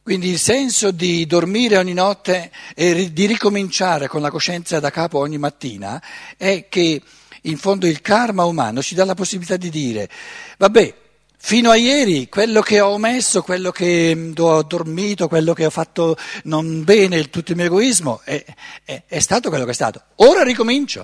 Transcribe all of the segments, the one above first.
Quindi il senso di dormire ogni notte e di ricominciare con la coscienza da capo ogni mattina è che in fondo il karma umano ci dà la possibilità di dire, vabbè, fino a ieri quello che ho omesso, quello che ho dormito, quello che ho fatto non bene, tutto il mio egoismo è stato quello che è stato. Ora ricomincio.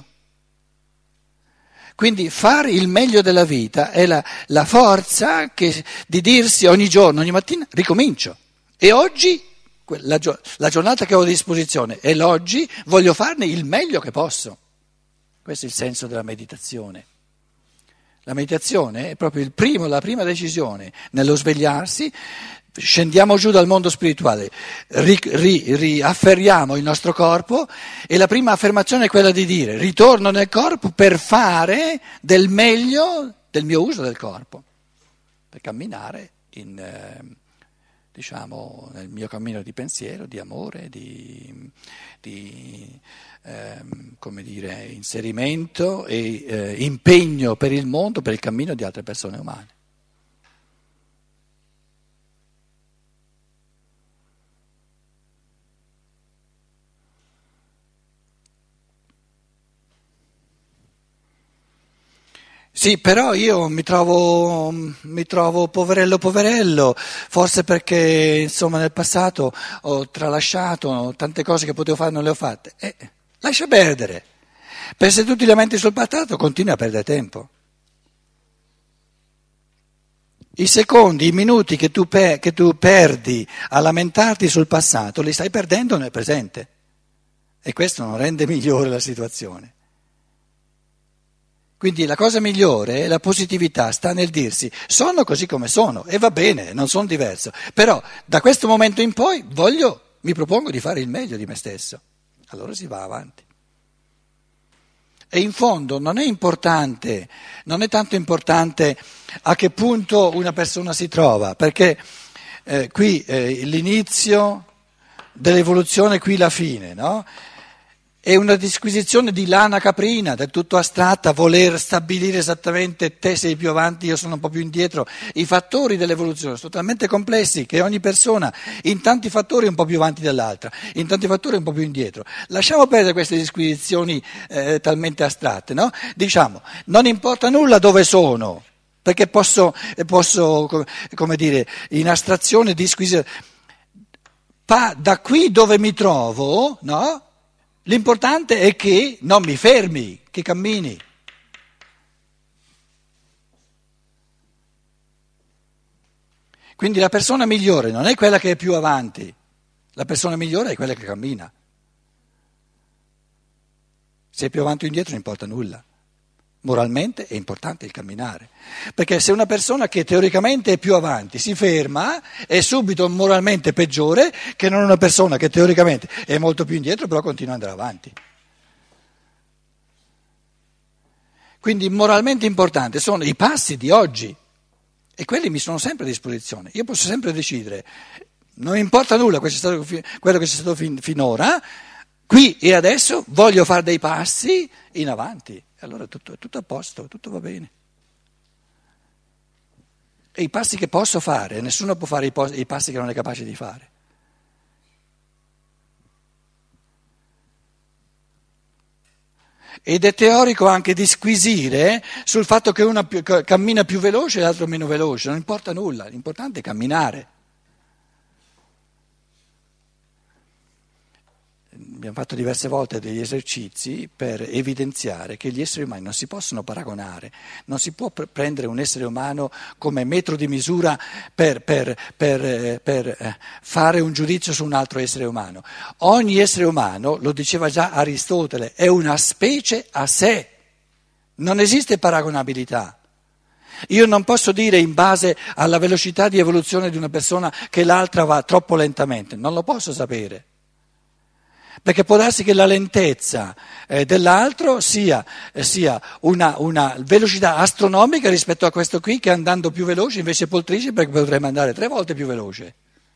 Quindi fare il meglio della vita è la forza di dirsi ogni giorno, ogni mattina, ricomincio. E oggi, la giornata che ho a disposizione, e l'oggi voglio farne il meglio che posso. Questo è il senso della meditazione. La meditazione è proprio la prima decisione nello svegliarsi. Scendiamo giù dal mondo spirituale, riafferriamo il nostro corpo e la prima affermazione è quella di dire ritorno nel corpo per fare del meglio del mio uso del corpo, per camminare nel mio cammino di pensiero, di amore, come dire, inserimento e impegno per il mondo, per il cammino di altre persone umane. Sì, però io mi trovo poverello, forse perché insomma nel passato ho tralasciato tante cose che potevo fare non le ho fatte. Lascia perdere, perché se tu ti lamenti sul passato continui a perdere tempo. I secondi, i minuti che tu perdi a lamentarti sul passato li stai perdendo nel presente e questo non rende migliore la situazione. Quindi la cosa migliore, la positività, sta nel dirsi sono così come sono e va bene, non sono diverso, però da questo momento in poi mi propongo di fare il meglio di me stesso, allora si va avanti. E in fondo non è tanto importante a che punto una persona si trova, perché qui l'inizio dell'evoluzione, qui la fine, no? È una disquisizione di lana caprina, del tutto astratta, voler stabilire esattamente te sei più avanti, io sono un po' più indietro. I fattori dell'evoluzione sono talmente complessi che ogni persona in tanti fattori è un po' più avanti dell'altra, in tanti fattori è un po' più indietro. Lasciamo perdere queste disquisizioni talmente astratte, no? Diciamo, non importa nulla dove sono, perché posso come dire, in astrazione disquisire. Da qui dove mi trovo, no? L'importante è che non mi fermi, che cammini. Quindi la persona migliore non è quella che è più avanti, la persona migliore è quella che cammina. Se è più avanti o indietro non importa nulla. Moralmente è importante il camminare, perché se una persona che teoricamente è più avanti si ferma è subito moralmente peggiore che non una persona che teoricamente è molto più indietro però continua ad andare avanti. Quindi moralmente importanti sono i passi di oggi e quelli mi sono sempre a disposizione, io posso sempre decidere, non importa nulla quello che c'è stato finora, qui e adesso voglio fare dei passi in avanti. Allora è tutto a posto, tutto va bene. E i passi che posso fare, nessuno può fare i passi che non è capace di fare. Ed è teorico anche disquisire sul fatto che uno cammina più veloce e l'altro meno veloce, non importa nulla, l'importante è camminare. Abbiamo fatto diverse volte degli esercizi per evidenziare che gli esseri umani non si possono paragonare, non si può prendere un essere umano come metro di misura per fare un giudizio su un altro essere umano. Ogni essere umano, lo diceva già Aristotele, è una specie a sé, non esiste paragonabilità. Io non posso dire in base alla velocità di evoluzione di una persona che l'altra va troppo lentamente, non lo posso sapere. Perché può darsi che la lentezza dell'altro sia una velocità astronomica rispetto a questo qui che andando più veloce invece poltrisce perché potrebbe andare 3 volte più veloce.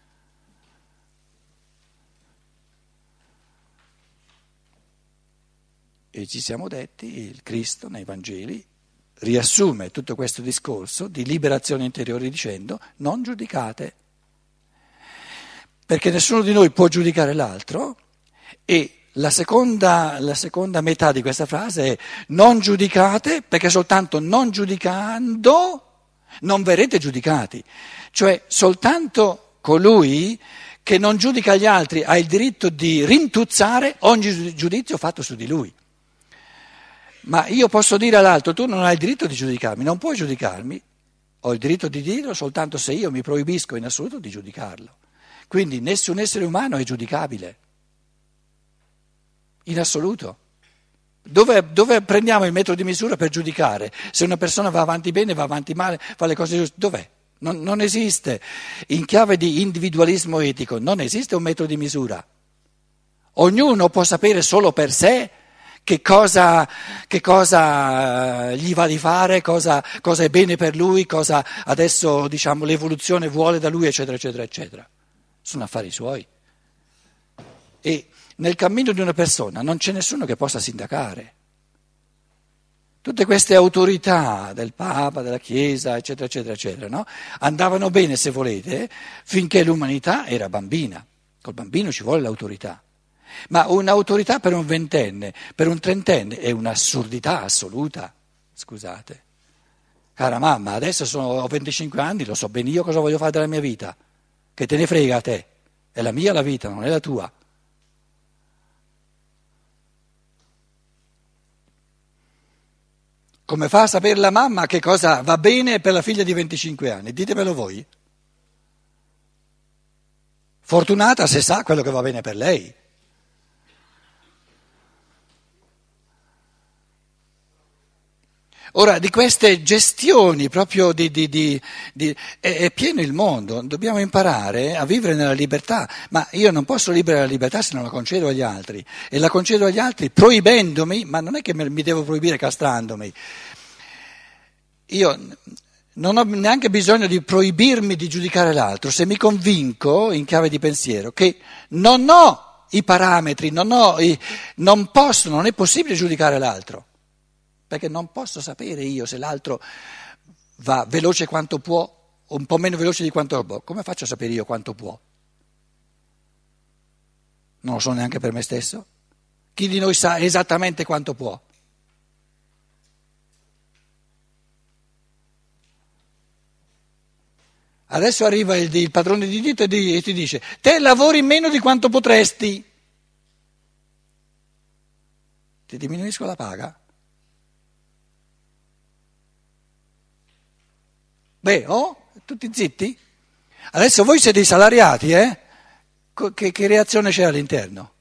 E ci siamo detti, il Cristo nei Vangeli riassume tutto questo discorso di liberazione interiore dicendo non giudicate. perché nessuno di noi può giudicare l'altro, e la seconda metà di questa frase è: non giudicate, perché soltanto non giudicando non verrete giudicati. Cioè soltanto colui che non giudica gli altri ha il diritto di rintuzzare ogni giudizio fatto su di lui. Ma io posso dire all'altro: tu non hai il diritto di giudicarmi, non puoi giudicarmi. Ho il diritto di dirlo soltanto se io mi proibisco in assoluto di giudicarlo. Quindi nessun essere umano è giudicabile, in assoluto. Dove prendiamo il metro di misura per giudicare? Se una persona va avanti bene, va avanti male, fa le cose giuste, dov'è? Non esiste. In chiave di individualismo etico non esiste un metro di misura. Ognuno può sapere solo per sé che cosa gli va di fare, cosa è bene per lui, cosa adesso diciamo l'evoluzione vuole da lui, eccetera, eccetera, eccetera. Sono affari suoi. E nel cammino di una persona non c'è nessuno che possa sindacare. Tutte queste autorità del Papa, della Chiesa, eccetera, eccetera, eccetera, no? Andavano bene, se volete, finché l'umanità era bambina. Col bambino ci vuole l'autorità. Ma un'autorità per un ventenne, per un trentenne, è un'assurdità assoluta. Scusate. Cara mamma, adesso ho 25 anni, lo so bene io cosa voglio fare della mia vita. Che te ne frega a te? È la mia la vita, non è la tua. Come fa a sapere la mamma che cosa va bene per la figlia di 25 anni? Ditemelo voi. Fortunata se sa quello che va bene per lei. Ora, di queste gestioni proprio è pieno il mondo, dobbiamo imparare a vivere nella libertà, ma io non posso vivere la libertà se non la concedo agli altri, e la concedo agli altri proibendomi, ma non è che mi devo proibire castrandomi. Io non ho neanche bisogno di proibirmi di giudicare l'altro, se mi convinco in chiave di pensiero che non ho i parametri, non posso, non è possibile giudicare l'altro. Perché non posso sapere io se l'altro va veloce quanto può o un po' meno veloce di quanto può. Come faccio a sapere io quanto può? Non lo so neanche per me stesso. Chi di noi sa esattamente quanto può? Adesso arriva il padrone di ditta e ti dice: te lavori meno di quanto potresti. Ti diminuisco la paga? Beh, tutti zitti? Adesso voi siete i salariati, eh? Che reazione c'è all'interno?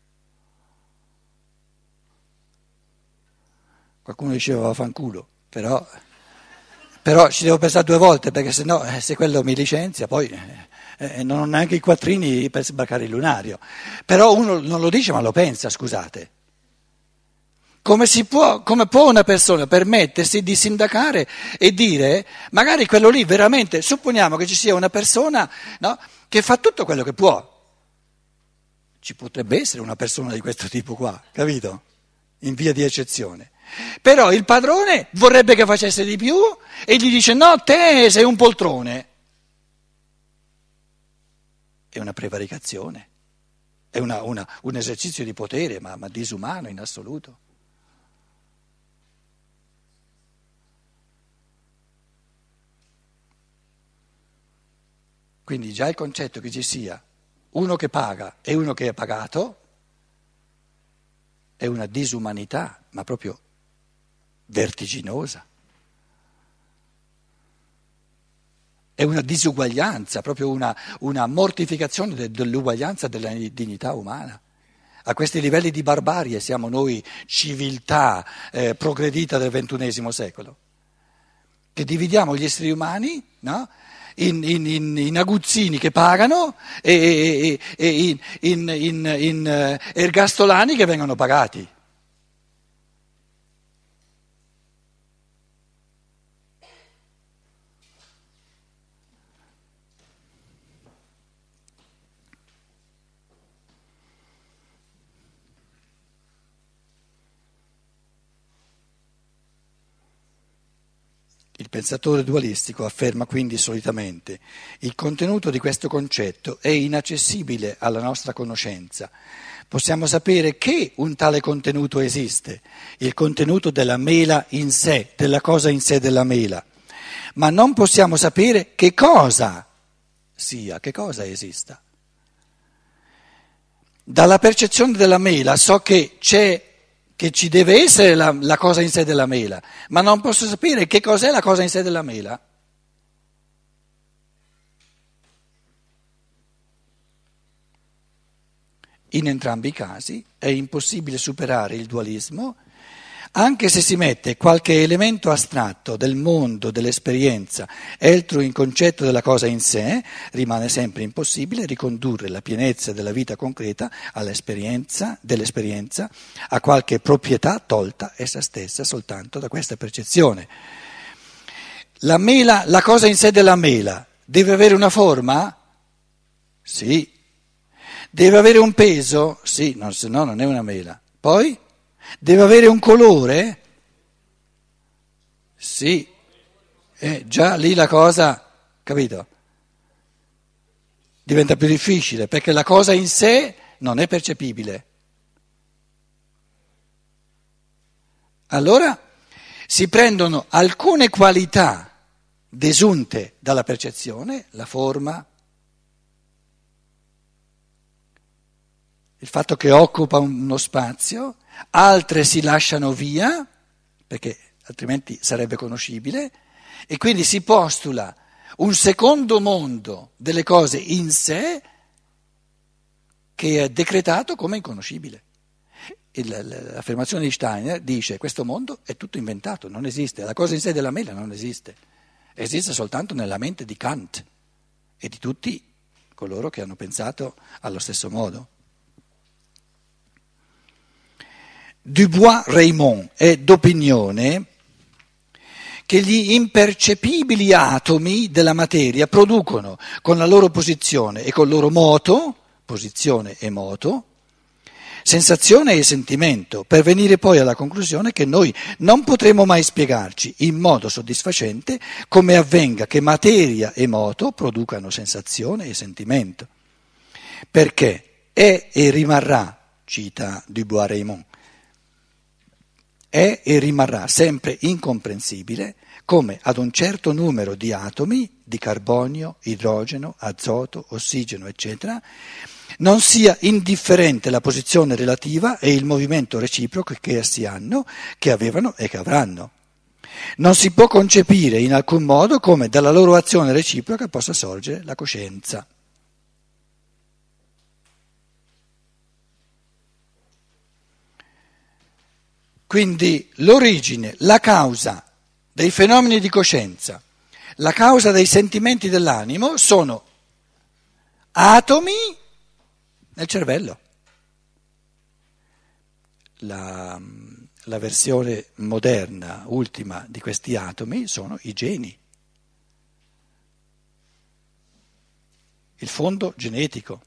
Qualcuno diceva vaffanculo, però ci devo pensare due volte, perché sennò se quello mi licenzia poi non ho neanche i quattrini per sbarcare il lunario. Però uno non lo dice ma lo pensa, scusate. Come può una persona permettersi di sindacare e dire, magari quello lì veramente, supponiamo che ci sia una persona, no, che fa tutto quello che può. Ci potrebbe essere una persona di questo tipo qua, capito? In via di eccezione. Però il padrone vorrebbe che facesse di più e gli dice: no, te sei un poltrone. È una prevaricazione, è un esercizio di potere, ma disumano in assoluto. Quindi già il concetto che ci sia uno che paga e uno che è pagato è una disumanità, ma proprio vertiginosa. È una disuguaglianza, proprio una mortificazione dell'uguaglianza della dignità umana. A questi livelli di barbarie siamo noi, civiltà progredita del XXI secolo, che dividiamo gli esseri umani, no? in aguzzini che pagano e in ergastolani che vengono pagati. Il pensatore dualistico afferma quindi solitamente: il contenuto di questo concetto è inaccessibile alla nostra conoscenza. Possiamo sapere che un tale contenuto esiste, il contenuto della mela in sé, della cosa in sé della mela, ma non possiamo sapere che cosa sia, che cosa esista. Dalla percezione della mela so che ci deve essere la cosa in sé della mela, ma non posso sapere che cos'è la cosa in sé della mela. In entrambi i casi è impossibile superare il dualismo, anche se si mette qualche elemento astratto del mondo, dell'esperienza, entro in concetto della cosa in sé, rimane sempre impossibile ricondurre la pienezza della vita concreta dell'esperienza, a qualche proprietà tolta essa stessa soltanto da questa percezione. La mela, la cosa in sé della mela, deve avere una forma? Sì. Deve avere un peso? Sì, no, se no non è una mela. Poi? Deve avere un colore? Sì. Già lì la cosa, capito? Diventa più difficile, perché la cosa in sé non è percepibile. Allora si prendono alcune qualità desunte dalla percezione, la forma, il fatto che occupa uno spazio, altre si lasciano via, perché altrimenti sarebbe conoscibile, e quindi si postula un secondo mondo delle cose in sé che è decretato come inconoscibile. L'affermazione di Steiner dice: questo mondo è tutto inventato, non esiste, la cosa in sé della mela non esiste, esiste soltanto nella mente di Kant e di tutti coloro che hanno pensato allo stesso modo. Dubois-Reymond è d'opinione che gli impercepibili atomi della materia producono con la loro posizione e col loro moto, posizione e moto, sensazione e sentimento, per venire poi alla conclusione che noi non potremo mai spiegarci in modo soddisfacente come avvenga che materia e moto producano sensazione e sentimento. Perché è e rimarrà, cita Dubois-Reymond, è e rimarrà sempre incomprensibile come ad un certo numero di atomi, di carbonio, idrogeno, azoto, ossigeno, eccetera, non sia indifferente la posizione relativa e il movimento reciproco che essi hanno, che avevano e che avranno. Non si può concepire in alcun modo come dalla loro azione reciproca possa sorgere la coscienza. Quindi l'origine, la causa dei fenomeni di coscienza, la causa dei sentimenti dell'animo sono atomi nel cervello. La versione moderna, ultima di questi atomi sono i geni, il fondo genetico.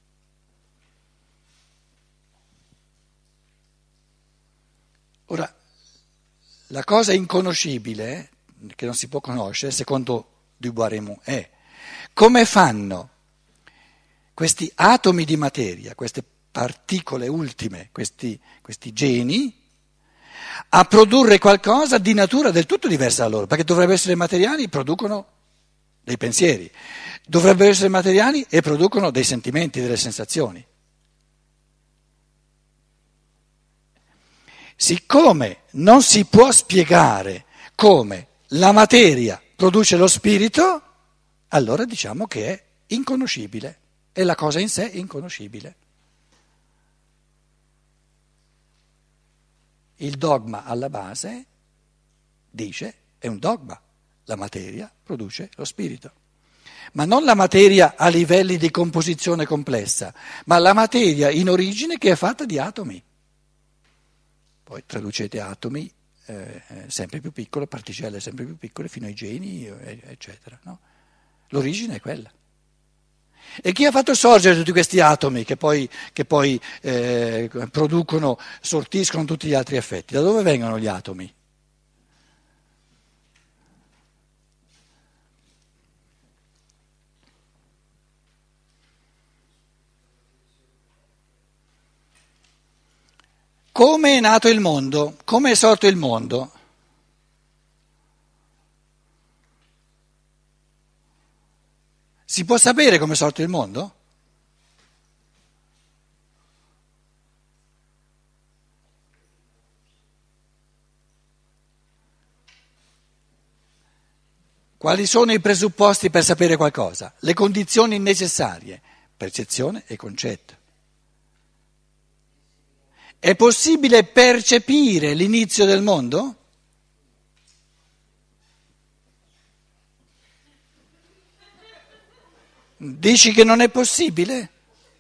Ora, la cosa inconoscibile, che non si può conoscere, secondo Dubois-Reymond, è come fanno questi atomi di materia, queste particole ultime, questi geni, a produrre qualcosa di natura del tutto diversa da loro, perché dovrebbero essere materiali e producono dei pensieri, dovrebbero essere materiali e producono dei sentimenti, delle sensazioni. Siccome non si può spiegare come la materia produce lo spirito, allora diciamo che è inconoscibile, è la cosa in sé inconoscibile. Il dogma alla base dice, è un dogma, la materia produce lo spirito. Ma non la materia a livelli di composizione complessa, ma la materia in origine che è fatta di atomi. Poi traducete atomi sempre più piccole, particelle sempre più piccole, fino ai geni, eccetera. No? L'origine è quella. E chi ha fatto sorgere tutti questi atomi che poi producono, sortiscono tutti gli altri effetti? Da dove vengono gli atomi? come è nato il mondo? Come è sorto il mondo? Si può sapere come è sorto il mondo? Quali sono i presupposti per sapere qualcosa? Le condizioni necessarie, percezione e concetto. È possibile percepire l'inizio del mondo? Dici che non è possibile?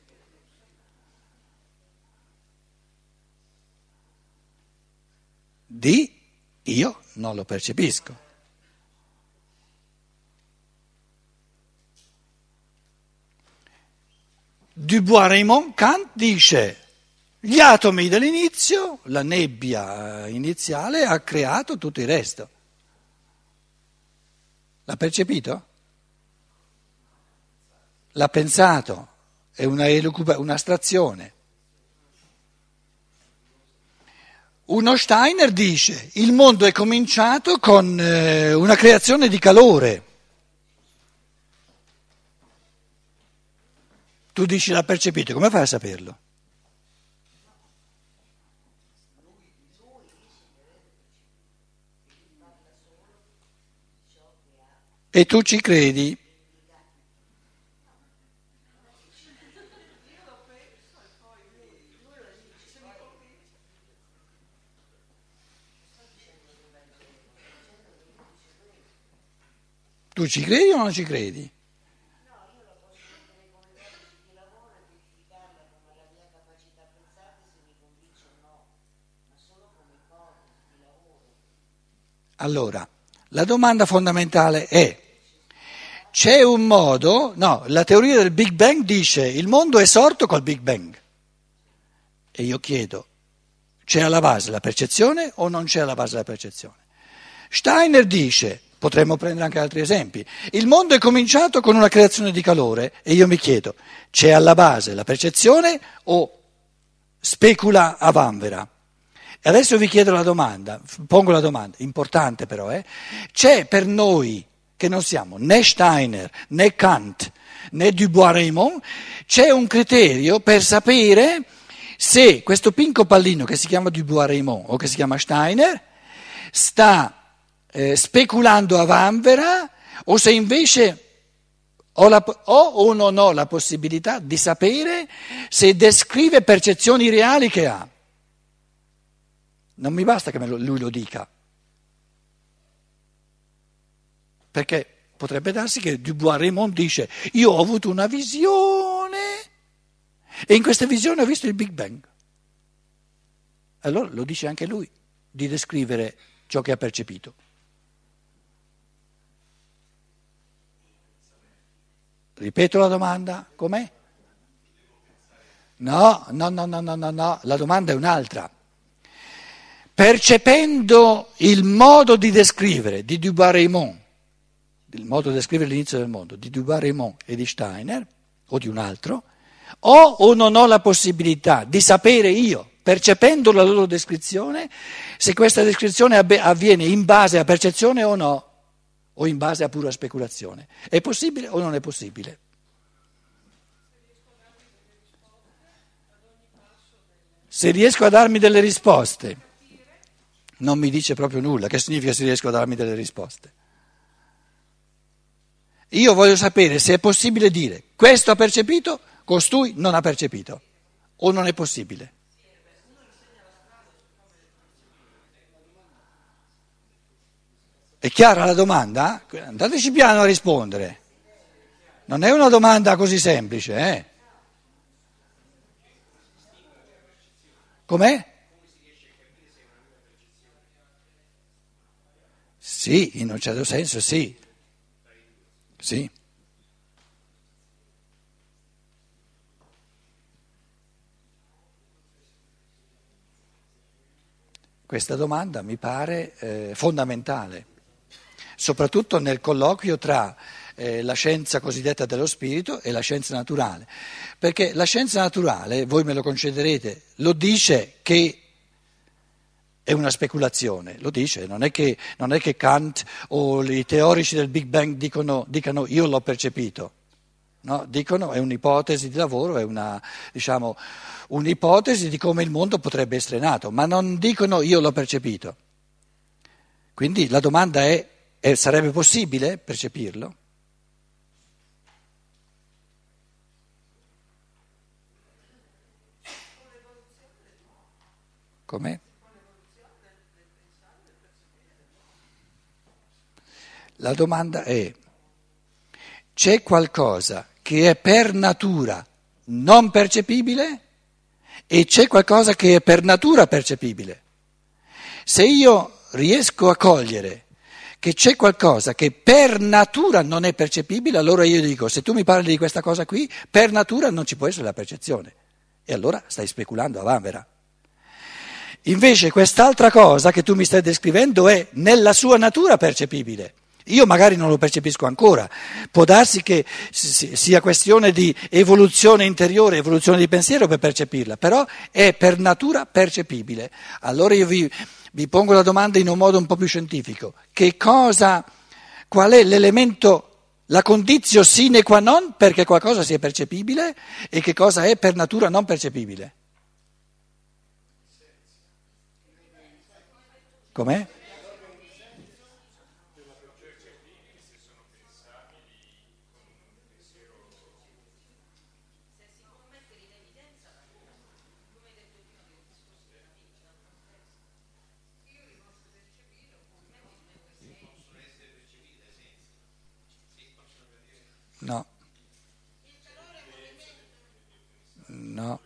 Io non lo percepisco. Du Bois-Reymond, Kant dice, gli atomi dell'inizio, la nebbia iniziale ha creato tutto il resto. L'ha percepito? L'ha pensato? È un'astrazione. Uno Steiner dice, il mondo è cominciato con una creazione di calore. Tu dici l'ha percepito, come fai a saperlo? E tu ci credi? Tu ci credi o non ci credi? Allora, la domanda fondamentale è, c'è un modo, no, la teoria del Big Bang dice il mondo è sorto col Big Bang. E io chiedo, c'è alla base la percezione o non c'è alla base la percezione? Steiner dice, potremmo prendere anche altri esempi, il mondo è cominciato con una creazione di calore e io mi chiedo, c'è alla base la percezione o specula a vanvera? E adesso vi chiedo la domanda, pongo la domanda, importante però, c'è per noi che non siamo né Steiner, né Kant, né Du Bois-Reymond, c'è un criterio per sapere se questo pinco pallino che si chiama Du Bois-Reymond o che si chiama Steiner sta speculando a vanvera o se invece ho o non ho la possibilità di sapere se descrive percezioni reali che ha. Non mi basta che lui lo dica, perché potrebbe darsi che Du Bois-Reymond dice io ho avuto una visione e in questa visione ho visto il Big Bang. Allora lo dice anche lui di descrivere ciò che ha percepito. Ripeto la domanda, com'è? No, la domanda è un'altra. Percependo il modo di descrivere di Du Bois-Reymond, il modo di descrivere l'inizio del mondo di Du Bois-Reymond e di Steiner o di un altro, ho o non ho la possibilità di sapere io, percependo la loro descrizione, se questa descrizione avviene in base a percezione o no, o in base a pura speculazione. È possibile o non è possibile? Se riesco a darmi delle risposte, non mi dice proprio nulla. Che significa se riesco a darmi delle risposte? Io voglio sapere se è possibile dire questo ha percepito, costui non ha percepito, o non è possibile. È chiara la domanda? Andateci piano a rispondere. Non è una domanda così semplice, eh? Com'è? Sì, in un certo senso sì. Sì. Questa domanda mi pare fondamentale, soprattutto nel colloquio tra la scienza cosiddetta dello spirito e la scienza naturale, perché la scienza naturale, voi me lo concederete, lo dice che è una speculazione, lo dice, non è che Kant o i teorici del Big Bang dicano io l'ho percepito, no? Dicono è un'ipotesi di lavoro, è diciamo, un'ipotesi di come il mondo potrebbe essere nato, ma non dicono io l'ho percepito. Quindi la domanda sarebbe possibile percepirlo? Com'è? La domanda è, c'è qualcosa che è per natura non percepibile e c'è qualcosa che è per natura percepibile? Se io riesco a cogliere che c'è qualcosa che per natura non è percepibile, allora io dico, se tu mi parli di questa cosa qui, per natura non ci può essere la percezione. E allora stai speculando a vanvera. Invece quest'altra cosa che tu mi stai descrivendo è nella sua natura percepibile. Io magari non lo percepisco ancora, può darsi che sia questione di evoluzione interiore, evoluzione di pensiero per percepirla, però è per natura percepibile. Allora io vi pongo la domanda in un modo un po' più scientifico. Qual è l'elemento, la conditio sine qua non perché qualcosa sia percepibile e che cosa è per natura non percepibile? Com'è? No, no,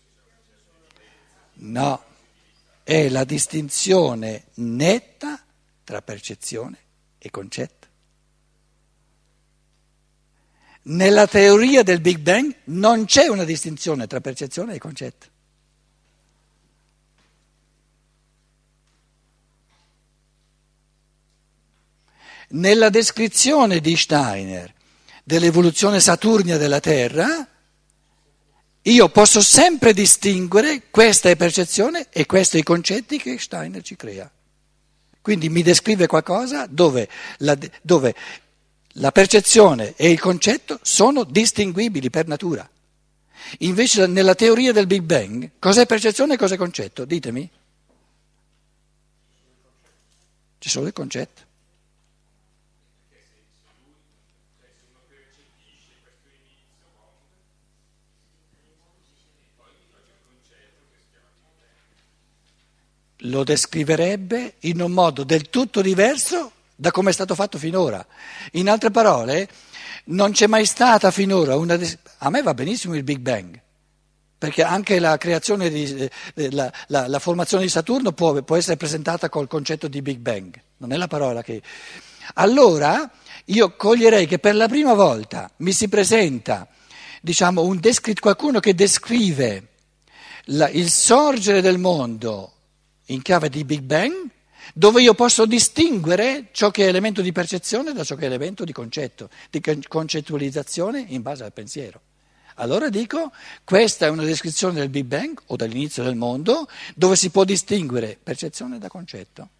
no, è la distinzione netta tra percezione e concetto. Nella teoria del Big Bang non c'è una distinzione tra percezione e concetto. Nella descrizione di Steiner dell'evoluzione saturnia della Terra, io posso sempre distinguere questa è percezione e questi i concetti che Steiner ci crea. Quindi mi descrive qualcosa dove la percezione e il concetto sono distinguibili per natura. Invece nella teoria del Big Bang, cos'è percezione e cos'è concetto? Ditemi. C'è solo il concetto. Lo descriverebbe in un modo del tutto diverso da come è stato fatto finora. In altre parole, non c'è mai stata finora a me va benissimo il Big Bang, perché anche la creazione la formazione di Saturno può essere presentata col concetto di Big Bang, non è la parola che... Allora io coglierei che per la prima volta mi si presenta, diciamo, qualcuno che descrive il sorgere del mondo in chiave di Big Bang, dove io posso distinguere ciò che è elemento di percezione da ciò che è elemento di concetto, di concettualizzazione in base al pensiero. Allora dico, questa è una descrizione del Big Bang o dall'inizio del mondo, dove si può distinguere percezione da concetto.